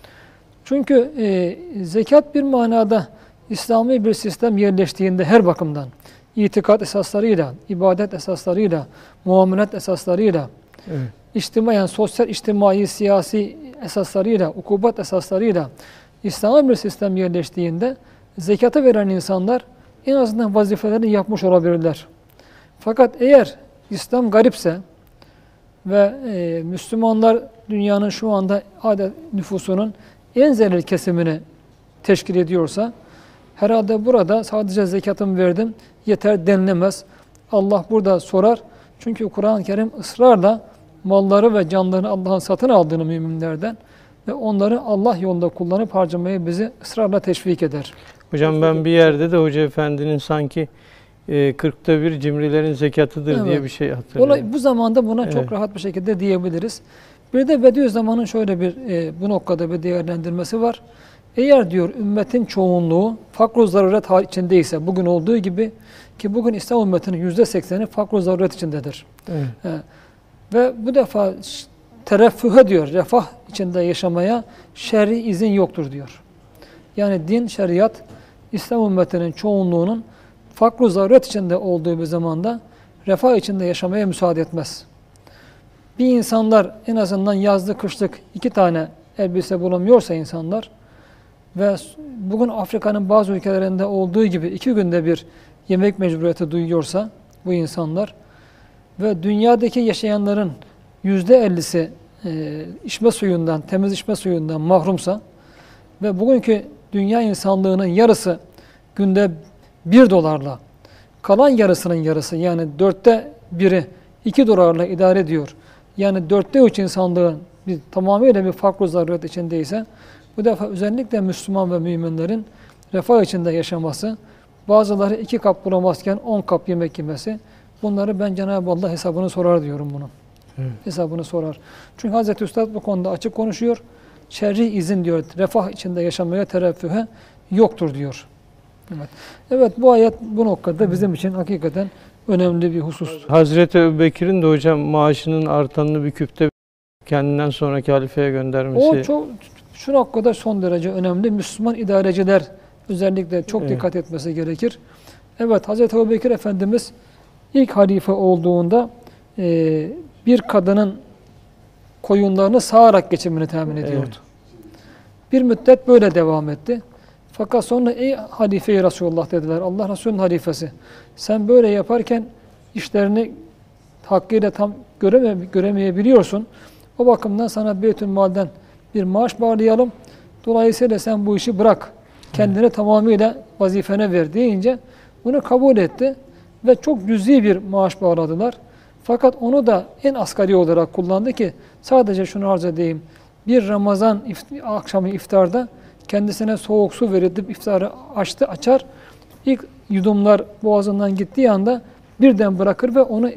Çünkü zekat bir manada İslami bir sistem yerleştiğinde her bakımdan, itikat esaslarıyla, ibadet esaslarıyla, muamelat esaslarıyla, Evet. içtimayen, sosyal, içtimai, siyasi esaslarıyla, ukubat esaslarıyla İslami bir sistem yerleştiğinde zekatı veren insanlar en azından vazifelerini yapmış olabilirler. Fakat eğer İslam garipse ve Müslümanlar dünyanın şu anda adet nüfusunun en zelil kesimini teşkil ediyorsa herhalde burada sadece zekatımı verdim yeter denilemez. Allah burada sorar. Çünkü Kur'an-ı Kerim ısrarla malları ve canlarını Allah'ın satın aldığını müminlerden ve onları Allah yolunda kullanıp harcamayı bizi ısrarla teşvik eder. Hocam ben bir yerde de Hoca Efendi'nin sanki 40'ta bir cimrilerin zekatıdır diye bir şey hatırlıyorum. Bu zamanda buna çok rahat bir şekilde diyebiliriz. Bir de Bediüzzaman'ın şöyle bir bu noktada bir değerlendirmesi var. Eğer diyor ümmetin çoğunluğu fakr-ı zaruret içindeyse bugün olduğu gibi ki bugün İslam ümmetinin %80'i fakr-ı zaruret içindedir. Evet. Ve bu defa tereffühe diyor, refah içinde yaşamaya şer'i izin yoktur diyor. Yani din, şeriat, İslam ümmetinin çoğunluğunun fakr-ı zaruret içinde olduğu bir zamanda refah içinde yaşamaya müsaade etmez. Bir insanlar en azından yazlık, kışlık 2 tane elbise bulamıyorsa insanlar ve bugün Afrika'nın bazı ülkelerinde olduğu gibi 2 günde bir yemek mecburiyeti duyuyorsa bu insanlar ve dünyadaki yaşayanların %50'si içme suyundan, temiz içme suyundan mahrumsa ve bugünkü dünya insanlığının yarısı günde $1, kalan yarısının yarısı yani 4'te 1'i $2 idare ediyor. Yani 4'te 3 insanlığın tamamıyla bir fakr-ı zaruret içindeyse bu defa özellikle Müslüman ve müminlerin refah içinde yaşaması, bazıları 2 kap bulamazken 10 kap yemek yemesi, bunları ben Cenab-ı Allah hesabını sorar diyorum bunun. Evet. Hesabını sorar. Çünkü Hazreti Üstad bu konuda açık konuşuyor. Şer'i izin diyor, refah içinde yaşamaya tereffühe yoktur diyor. Evet, bu ayet bu noktada bizim için hakikaten önemli bir husus. Hazreti Ebubekir'in de hocam maaşının artanını bir küpte kendinden sonraki halifeye göndermesi. O çok şu noktada son derece önemli. Müslüman idareciler özellikle çok dikkat etmesi gerekir. Evet, Hazreti Ebubekir Efendimiz ilk halife olduğunda bir kadının koyunlarını sağarak geçimini temin ediyordu. Evet. Bir müddet böyle devam etti. Fakat sonra ey halife-i Resulullah dediler, Allah Resulü'nün halifesi. Sen böyle yaparken işlerini hakkıyla tam göremeyebiliyorsun. O bakımdan sana Beytülmal'den bir maaş bağlayalım. Dolayısıyla sen bu işi bırak. Kendini tamamıyla vazifene ver deyince bunu kabul etti. Ve çok cüzi bir maaş bağladılar. Fakat onu da en asgari olarak kullandı ki sadece şunu arz edeyim. Bir Ramazan akşamı iftarda kendisine soğuk su verilip iftarı açar. İlk yudumlar boğazından gittiği anda birden bırakır ve onu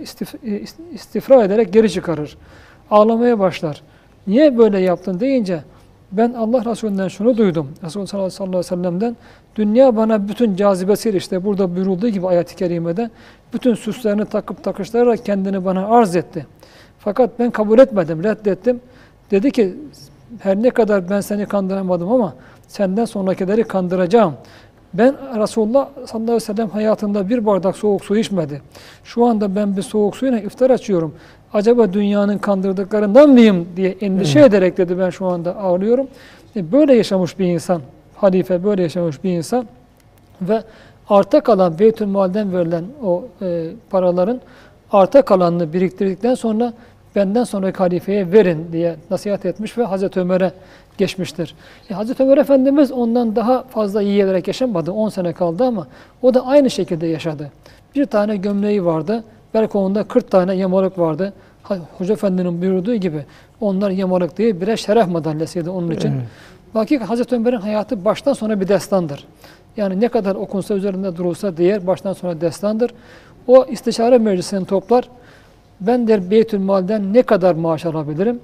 istifra ederek geri çıkarır. Ağlamaya başlar. Niye böyle yaptın deyince ben Allah Resulü'nden şunu duydum. Resulullah sallallahu aleyhi ve sellem'den dünya bana bütün cazibesiyle işte burada buyurulduğu gibi ayet-i kerimede bütün süslerini takıp takıştırarak kendini bana arz etti. Fakat ben kabul etmedim, reddettim. Dedi ki her ne kadar ben seni kandıramadım ama senden sonrakileri kandıracağım. Ben Resulullah sallallahu aleyhi ve sellem hayatında bir bardak soğuk su içmedi. Şu anda ben bir soğuk suyla iftar açıyorum. Acaba dünyanın kandırdıklarından mıyım diye endişe ederek dedi ben şu anda ağlıyorum. Böyle yaşamış bir insan, halife böyle yaşamış bir insan ve arta kalan Beytülmal'den verilen o paraların arta kalanını biriktirdikten sonra benden sonraki halifeye verin diye nasihat etmiş ve Hazreti Ömer'e geçmiştir. Hazreti Ömer Efendimiz ondan daha fazla yiyerek yaşamadı. 10 sene kaldı ama o da aynı şekilde yaşadı. Bir tane gömleği vardı. Belki onda 40 tane yamalık vardı. Hoca Efendi'nin buyurduğu gibi onlar yamalık değil birer şeref madalyasıydı onun için. Hakikaten Hazreti Ömer'in hayatı baştan sona bir destandır. Yani ne kadar okunsa üzerinde durulsa diğer baştan sona destandır. O istişare meclisini toplar. Ben der Beytülmal'den ne kadar maaş alabilirim?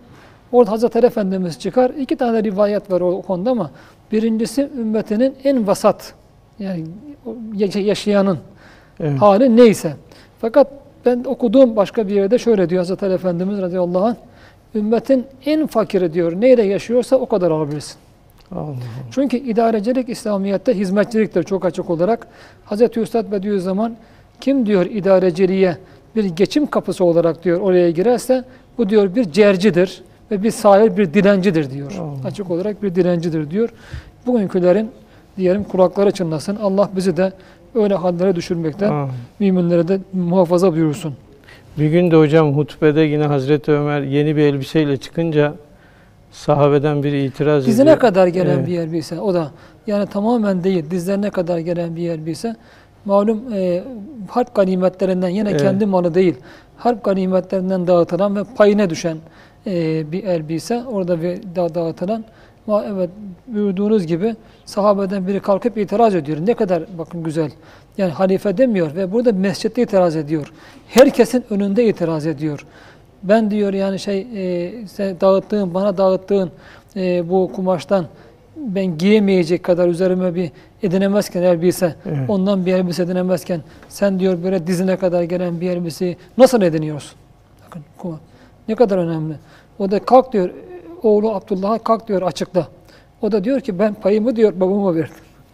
Orada Hazreti Ali Efendimiz çıkar. 2 tane rivayet var o konuda ama birincisi ümmetinin en vasat, yani yaşayanın hali neyse. Fakat ben okuduğum başka bir yerde şöyle diyor Hazreti Ali Efendimiz radıyallahu anh, ümmetin en fakiri diyor, neyle yaşıyorsa o kadar alabilirsin. Allah. Çünkü idarecilik İslamiyet'te hizmetçiliktir çok açık olarak. Hazreti Üstad Bediüzzaman kim diyor idareciliğe bir geçim kapısı olarak diyor oraya girerse bu diyor bir cercidir ve bir sair bir dilencidir diyor. Allah. Açık olarak bir dilencidir diyor. Bugünkülerin diyelim kulakları çınlasın. Allah bizi de öyle hallere düşürmekten müminlere de muhafaza buyursun. Bir gün de hocam hutbede yine Hazreti Ömer yeni bir elbiseyle çıkınca sahabeden biri itiraz ediyor. Dizine kadar gelen bir elbise o da yani tamamen değil dizlerine kadar gelen bir elbise. Malum harp ganimetlerinden yine kendi malı değil harp ganimetlerinden dağıtılan ve payına düşen bir elbise orada dağıtılan. Evet buyurduğunuz gibi sahabeden biri kalkıp itiraz ediyor. Ne kadar bakın güzel. Yani halife demiyor ve burada mescitte itiraz ediyor. Herkesin önünde itiraz ediyor. Ben diyor yani sen bana dağıttığın bu kumaştan ben giyemeyecek kadar üzerime bir edinemezken elbise, ondan bir elbise edinemezken sen diyor böyle dizine kadar gelen bir elbiseyi nasıl ediniyorsun? Bakın ne kadar önemli. O da kalk diyor oğlu Abdullah'a kalk diyor açıkla. O da diyor ki ben payımı diyor babama verdim.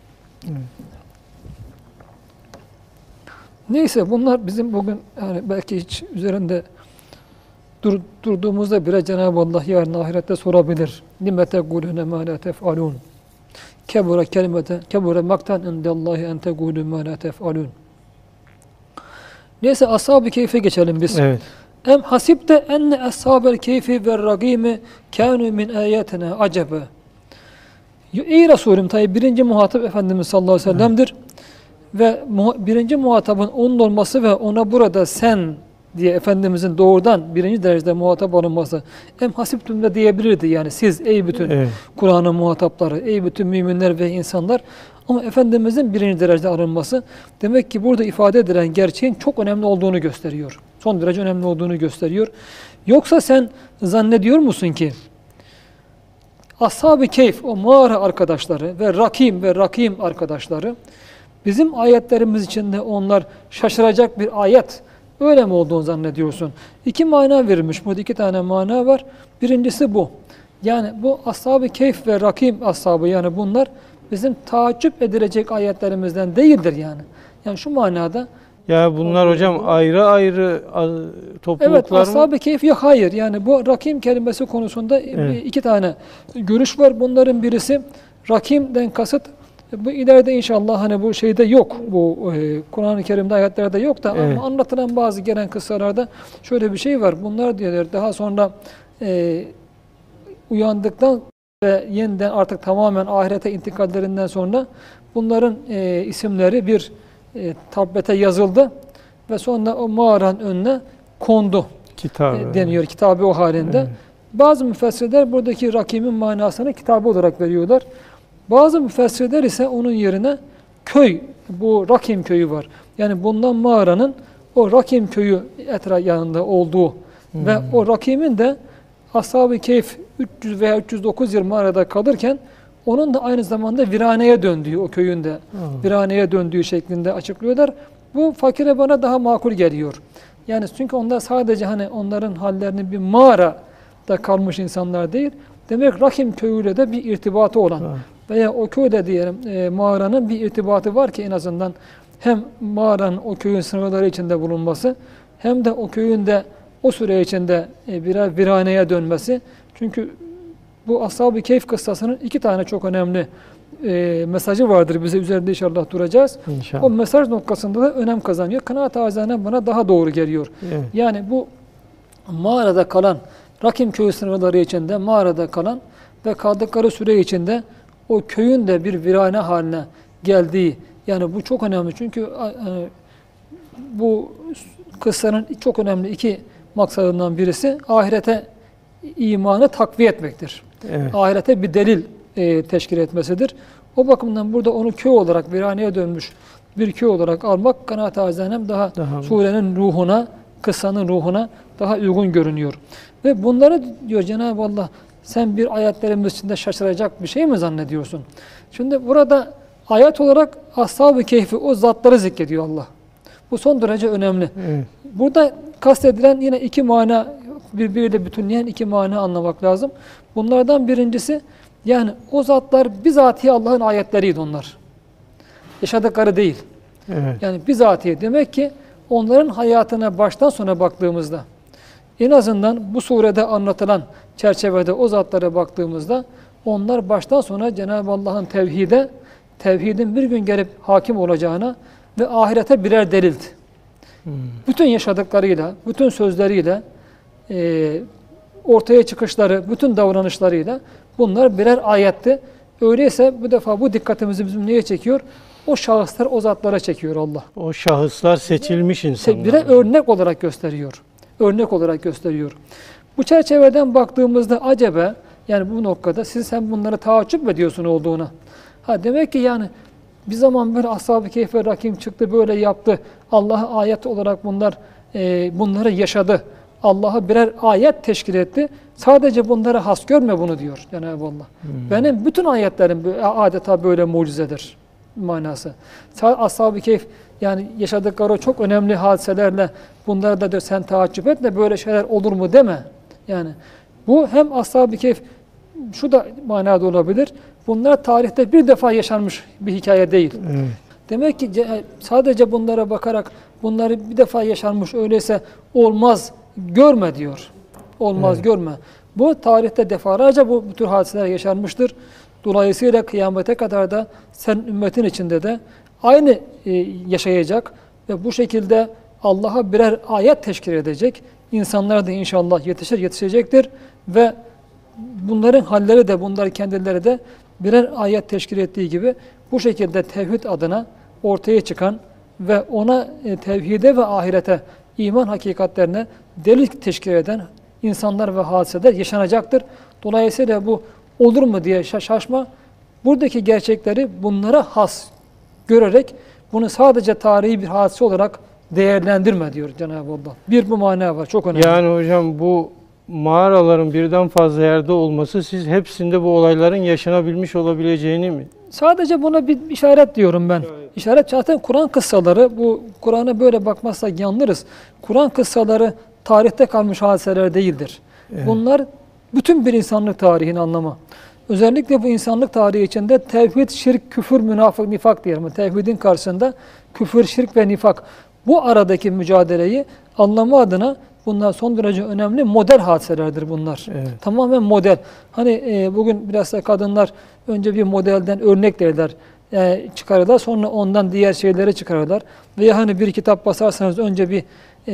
Neyse bunlar bizim bugün yani belki hiç üzerinde durduğumuzda bile Cenab-ı Allah yarın ahirette sorabilir. Lime tegulune ma la tef'alun. Kebura kelimete, kebura maktan indallahi en tegulu ma la tef'alun. Neyse ashab-ı keyfe geçelim biz. Evet. Em hasibte enne ashabel keyfi ve ragimi kânû min âyâtina acebe. Ey Resulüm tabi birinci muhatap Efendimiz sallallahu aleyhi ve sellem'dir. Ve birinci muhatabın onun olması ve ona burada sen diye Efendimizin doğrudan birinci derecede muhatap alınması. Em hasibtüm de diyebilirdi yani siz ey bütün Kur'an'ın muhatapları, ey bütün müminler ve insanlar. Ama Efendimizin birinci derecede alınması demek ki burada ifade edilen gerçeğin çok önemli olduğunu gösteriyor. Son derece önemli olduğunu gösteriyor. Yoksa sen zannediyor musun ki Ashab-ı Keyf, o mağara arkadaşları ve Rakim arkadaşları bizim ayetlerimiz içinde onlar şaşıracak bir ayet öyle mi olduğunu zannediyorsun? 2 mana verilmiş. Burada 2 tane mana var. Birincisi bu. Yani bu Ashab-ı Keyf ve Rakim ashabı yani bunlar bizim taaccüp edilecek ayetlerimizden değildir yani. Yani şu manada ya bunlar hocam ayrı ayrı topluluklar evet, mı? Ashab-ı Keyf yok hayır. Yani bu Rakim kelimesi konusunda 2 tane görüş var. Bunların birisi Rakim'den kasıt bu ileride inşallah hani bu şeyde yok. Bu Kur'an-ı Kerim'de ayetlerde yok da ama anlatılan bazı gelen kıssalarda şöyle bir şey var. Bunlar diyorlar daha sonra uyandıktan ve yeniden artık tamamen ahirete intikallerinden sonra bunların isimleri bir tablete yazıldı ve sonra o mağaranın önüne kondu deniyor kitabı o halinde. Bazı müfessirler buradaki Rakim'in manasını kitabı olarak veriyorlar. Bazı müfessirler ise onun yerine köy, bu Rakim köyü var. Yani bundan mağaranın o Rakim köyü yanında olduğu ve o Rakim'in de Ashab-ı Keyf 300 veya 309 yıl mağarada kalırken onun da aynı zamanda viraneye döndüğü, o köyün de viraneye döndüğü şeklinde açıklıyorlar. Bu fakire bana daha makul geliyor. Yani çünkü onlar sadece hani onların hallerini bir mağarada kalmış insanlar değil. Demek Rakim köyüyle de bir irtibatı olan veya o köyde diyelim mağaranın bir irtibatı var ki en azından hem mağaranın o köyün sınırları içinde bulunması hem de o köyün de o süre içinde birer viraneye dönmesi. Çünkü bu Ashab-ı Keyf kıssasının 2 tane çok önemli mesajı vardır. Bize üzerinde inşallah duracağız. İnşallah. O mesaj noktasında da önem kazanıyor. Kanaat acizane bana daha doğru geliyor. Evet. Yani bu mağarada kalan, Rakim köyü sınırları içinde mağarada kalan ve kaldıkları süre içinde o köyün de bir virane haline geldiği, yani bu çok önemli. Çünkü bu kıssanın çok önemli 2 maksadından birisi ahirete imanı takviye etmektir. Evet. Ahirete bir delil teşkil etmesidir. O bakımdan burada onu köy olarak, viraneye dönmüş bir köy olarak almak kanaat-ı azanem daha surenin ruhuna kıssanın ruhuna daha uygun görünüyor. Ve bunları diyor Cenab-ı Allah, sen bir ayetlerimiz içinde şaşıracak bir şey mi zannediyorsun? Şimdi burada ayet olarak Ashab-ı Kehf'i, o zatları zikrediyor Allah. Bu son derece önemli. Evet. Burada kastedilen yine iki mana, birbiriyle bütünleyen iki mana anlamak lazım. Bunlardan birincisi, yani o zatlar bizatihi Allah'ın ayetleriydi onlar. Yaşadıkları değil. Evet. Yani bizatihi demek ki onların hayatına baştan sona baktığımızda, en azından bu surede anlatılan çerçevede o zatlara baktığımızda, onlar baştan sona Cenab-ı Allah'ın tevhidin bir gün gelip hakim olacağına ve ahirete birer delildi. Bütün yaşadıklarıyla, bütün sözleriyle, ortaya çıkışları, bütün davranışlarıyla bunlar birer ayetti. Öyleyse bu defa bu dikkatimizi bizim neye çekiyor? O şahıslar, o zatlara çekiyor Allah. O şahıslar seçilmiş insanlar. Birer örnek olarak gösteriyor. Örnek olarak gösteriyor. Bu çerçeveden baktığımızda acaba, yani bu noktada sen bunları taaccüp ediyorsun olduğuna. Demek ki yani bir zaman böyle Ashab-ı Kehf ve Rakim çıktı, böyle yaptı. Allah'a ayet olarak bunları yaşadı. Allah'a birer ayet teşkil etti. Sadece bunlara has görme bunu diyor Cenab-ı Allah. Benim bütün ayetlerim adeta böyle mucizedir manası. Ashab-ı Kehf yani yaşadıkları çok önemli hadiselerle bunlara da diyor, sen taaccüp etme, böyle şeyler olur mu deme. Yani bu hem Ashab-ı Kehf şu da manada olabilir. Bunlar tarihte bir defa yaşanmış bir hikaye değil. Evet. Demek ki sadece bunlara bakarak bunları bir defa yaşanmış, öyleyse olmaz görme diyor. Olmaz görme. Bu tarihte defalarca bu tür hadiseler yaşanmıştır. Dolayısıyla kıyamete kadar da sen ümmetin içinde de aynı yaşayacak ve bu şekilde Allah'a birer ayet teşkil edecek insanlar da inşallah yetişecektir ve bunların halleri de, bunlar kendileri de birer ayet teşkil ettiği gibi bu şekilde tevhid adına ortaya çıkan ve ona tevhide ve ahirete, iman hakikatlerine delil teşkil eden insanlar ve hadiseler yaşanacaktır. Dolayısıyla bu olur mu diye şaşma, buradaki gerçekleri bunlara has görerek bunu sadece tarihi bir hadise olarak değerlendirme diyor Cenab-ı Allah. Bir bu mana var, çok önemli. Yani hocam bu mağaraların birden fazla yerde olması, siz hepsinde bu olayların yaşanabilmiş olabileceğini mi? Sadece buna bir işaret diyorum ben. Evet. İşaret zaten Kur'an kıssaları, bu Kur'an'a böyle bakmazsak yanılırız. Kur'an kıssaları tarihte kalmış hadiseler değildir. Evet. Bunlar bütün bir insanlık tarihini anlamı. Özellikle bu insanlık tarihi içinde tevhid, şirk, küfür, münafık, nifak diyelim. Tevhidin karşısında küfür, şirk ve nifak. Bu aradaki mücadeleyi anlamı adına bunlar son derece önemli model hadiselerdir bunlar. Evet. Tamamen model. Hani bugün bilhassa kadınlar önce bir modelden örnek derler, çıkarırlar, sonra ondan diğer şeyleri çıkarırlar. Veya hani bir kitap basarsanız önce bir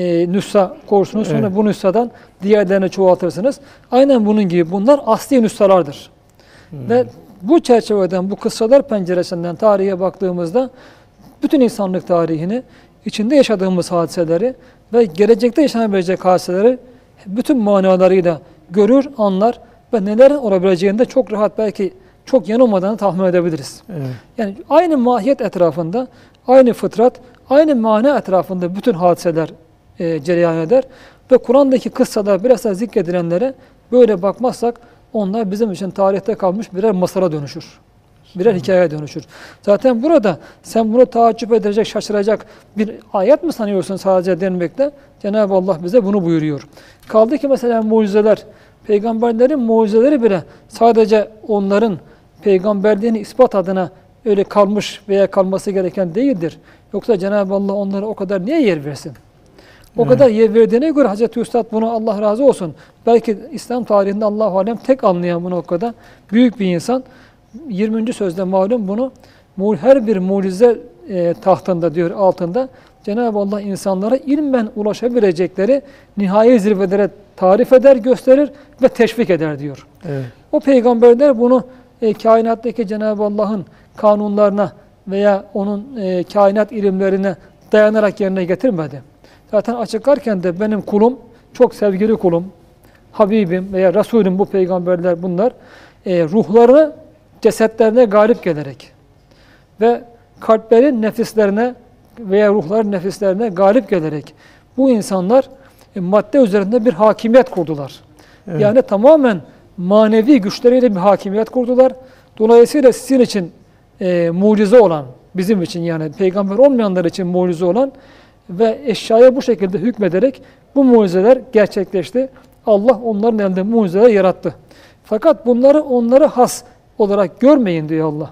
nüsha korursunuz, sonra evet, bu nüshadan diğerlerini çoğaltırsınız. Aynen bunun gibi bunlar asli nüshalardır. Ve bu çerçeveden, bu kıssalar penceresinden tarihe baktığımızda bütün insanlık tarihini, içinde yaşadığımız hadiseleri ve gelecekte yaşanabilecek hadiseleri bütün manalarıyla görür, anlar ve nelerin olabileceğini de çok rahat, belki çok yanılmadan tahmin edebiliriz. Evet. Yani aynı mahiyet etrafında, aynı fıtrat, aynı mana etrafında bütün hadiseler cereyan eder ve Kur'an'daki kıssalar biraz da zikredilenlere böyle bakmazsak onlar bizim için tarihte kalmış birer masala dönüşür. Birer hikayeye dönüşür. Zaten burada sen bunu taaccüp edecek, şaşıracak bir ayet mi sanıyorsun sadece denmekle? Cenab-ı Allah bize bunu buyuruyor. Kaldı ki mesela mucizeler, peygamberlerin mucizeleri bile sadece onların peygamberliğini ispat adına öyle kalmış veya kalması gereken değildir. Yoksa Cenab-ı Allah onlara o kadar niye yer versin? O kadar yer verdiğine göre Hazreti Üstad bunu, Allah razı olsun, belki İslam tarihinde Allah-u Alem tek anlayan bu noktada büyük bir insan. 20. sözde malum bunu, her bir mucize tahtında diyor, altında Cenab-ı Allah insanlara ilmen ulaşabilecekleri nihai zirvelere tarif eder, gösterir ve teşvik eder diyor. Evet. O peygamberler bunu kainattaki Cenab-ı Allah'ın kanunlarına veya onun kainat ilimlerine dayanarak yerine getirmedi. Zaten açıklarken de benim kulum, çok sevgili kulum, Habibim veya Resulüm, bu peygamberler bunlar, ruhlarını cesetlerine galip gelerek ve kalplerin nefislerine veya ruhların nefislerine galip gelerek bu insanlar madde üzerinde bir hakimiyet kurdular. Evet. Yani tamamen manevi güçleriyle bir hakimiyet kurdular. Dolayısıyla sizin için mucize olan, bizim için yani peygamber olmayanlar için mucize olan ve eşyaya bu şekilde hükmederek bu mucizeler gerçekleşti. Allah onların elinde mucizeler yarattı. Fakat bunları onlara has olarak görmeyin diyor Allah.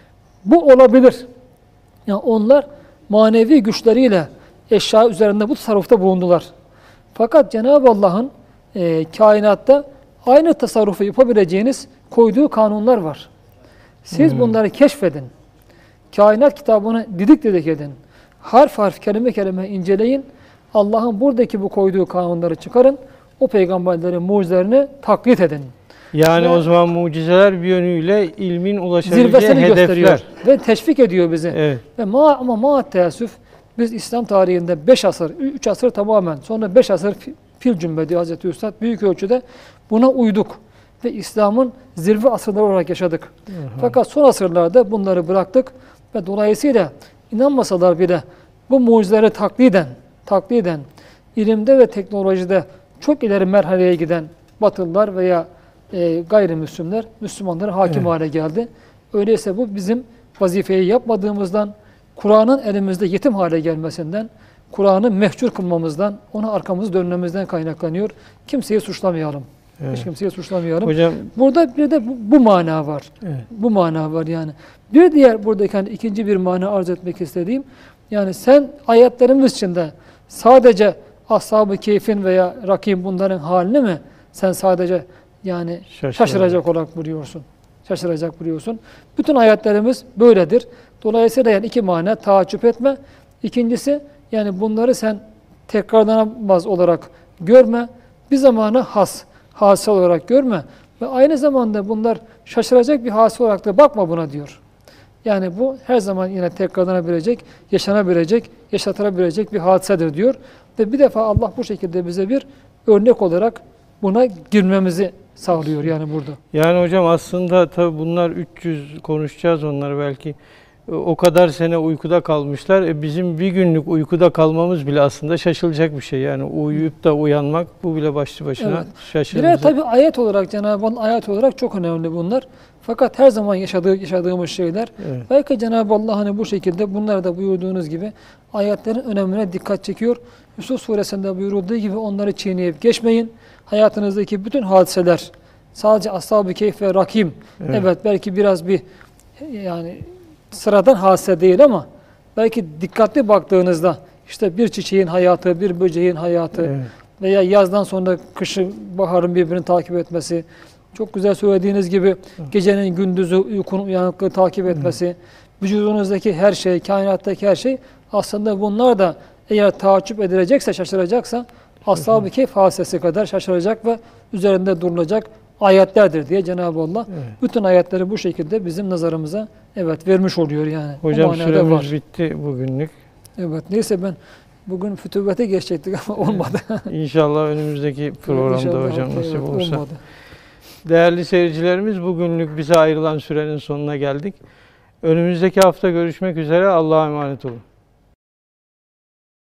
Bu olabilir. Yani onlar manevi güçleriyle eşya üzerinde bu tasarrufta bulundular. Fakat Cenab-ı Allah'ın kainatta aynı tasarrufu yapabileceğiniz koyduğu kanunlar var. Siz bunları keşfedin. Kainat kitabını didik didik edin. Harf harf, kelime kelime inceleyin. Allah'ın buradaki bu koyduğu kanunları çıkarın. O peygamberlerin mucizelerini taklit edin. Yani Ve o zaman mucizeler bir yönüyle ilmin ulaşabileceği zirvesini hedefler. gösteriyor ve teşvik ediyor bizi. Evet. Ve ama teessüf biz İslam tarihinde 5 asır, 3 asır tamamen, sonra 5 asır fil cümle diyor Hazreti Üstad. Büyük ölçüde buna uyduk ve İslam'ın zirve asırları olarak yaşadık. Fakat son asırlarda bunları bıraktık ve dolayısıyla inanmasalar bile bu mucizeleri takliden ilimde ve teknolojide çok ileri merhaleye giden Batılılar veya gayrimüslimler Müslümanlara hakim hale geldi. Öyleyse bu bizim vazifeyi yapmadığımızdan, Kur'an'ın elimizde yetim hale gelmesinden, Kur'an'ı mehcur kılmamızdan, ona arkamızı dönmemizden kaynaklanıyor. Kimseyi suçlamayalım. Evet. Hiç kimseyi suçlamayalım. Hocam, burada bir de bu mana var. evet. Bu mana var yani. Bir diğer buradaki hani ikinci bir mana arz etmek istediğim, yani sen ayetlerimiz içinde sadece Ashab-ı Keyf'in veya Rakim bunların halini mi sen sadece yani şaşıracak olarak buluyorsun? Şaşıracak buluyorsun. Bütün ayetlerimiz böyledir. Dolayısıyla yani iki mana, taaccüp etme. İkincisi yani bunları sen tekrarlanamaz olarak görme. Bir zamana hadise olarak görme. Ve aynı zamanda bunlar şaşıracak bir hadise olarak da bakma buna diyor. Yani bu her zaman yine tekrarlanabilecek, yaşanabilecek, yaşatılabilecek bir hadisedir diyor. Ve bir defa Allah bu şekilde bize bir örnek olarak buna girmemizi sağlıyor yani burada. Yani hocam aslında tabii bunlar 300 konuşacağız onları belki. O kadar sene uykuda kalmışlar. Bizim bir günlük uykuda kalmamız bile aslında şaşılacak bir şey. Yani uyuyup da uyanmak bu bile başlı başına şaşırtıcı. Birer tabii ayet olarak Cenab-ı Allah'ın ayet olarak çok önemli bunlar. Fakat her zaman yaşadığımız şeyler. Evet. Belki Cenab-ı Allah hani bu şekilde bunları da buyurduğunuz gibi ayetlerin önemine dikkat çekiyor. Yusuf suresinde buyurulduğu gibi onları çiğneyip geçmeyin. Hayatınızdaki bütün hadiseler sadece Ashab-ı Keyf ve Rakim. Evet belki biraz bir yani sıradan hadise değil ama belki dikkatli baktığınızda işte bir çiçeğin hayatı, bir böceğin hayatı veya yazdan sonra kışın, baharın birbirini takip etmesi, çok güzel söylediğiniz gibi gecenin gündüzü, uykunun uyanıklığı takip etmesi, vücudunuzdaki her şey, kainattaki her şey aslında bunlar da eğer taaccüp edilecekse, şaşıracaksa Ashab-ı Keyf hadisesi kadar şaşıracak ve üzerinde durulacak ayetlerdir diye Cenab-ı Allah bütün ayetleri bu şekilde bizim nazarımıza vermiş oluyor yani. Hocam süremiz bitti bugünlük. Evet neyse ben bugün fütüvvete geçecektik ama olmadı. İnşallah önümüzdeki programda İnşallah, hocam nasip olursa. olmadı. Değerli seyircilerimiz bugünlük bize ayrılan sürenin sonuna geldik. Önümüzdeki hafta görüşmek üzere. Allah'a emanet olun.